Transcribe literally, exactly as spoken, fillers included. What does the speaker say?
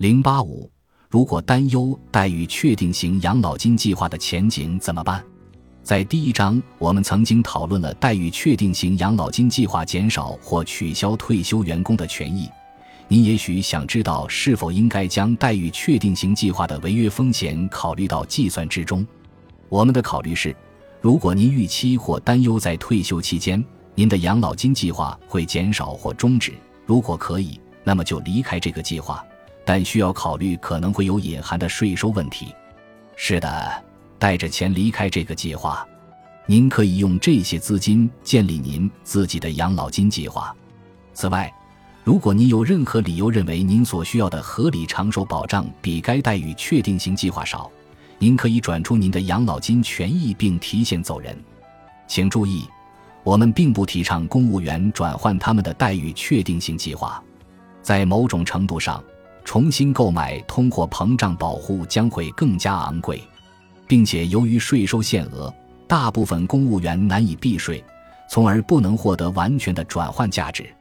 零八五如果担忧待遇确定型养老金计划的前景怎么办？在第一章我们曾经讨论了待遇确定型养老金计划减少或取消退休员工的权益，您也许想知道是否应该将待遇确定型计划的违约风险考虑到计算之中。我们的考虑是，如果您预期或担忧在退休期间您的养老金计划会减少或终止，如果可以，那么就离开这个计划，但需要考虑可能会有隐含的税收问题。是的，带着钱离开这个计划，您可以用这些资金建立您自己的养老金计划。此外，如果您有任何理由认为您所需要的合理长寿保障比该待遇确定型计划少，您可以转出您的养老金权益并提前走人。请注意，我们并不提倡公务员转换他们的待遇确定性计划。在某种程度上，重新购买通货膨胀保护将会更加昂贵，并且由于税收限额，大部分公务员难以避税，从而不能获得完全的转换价值。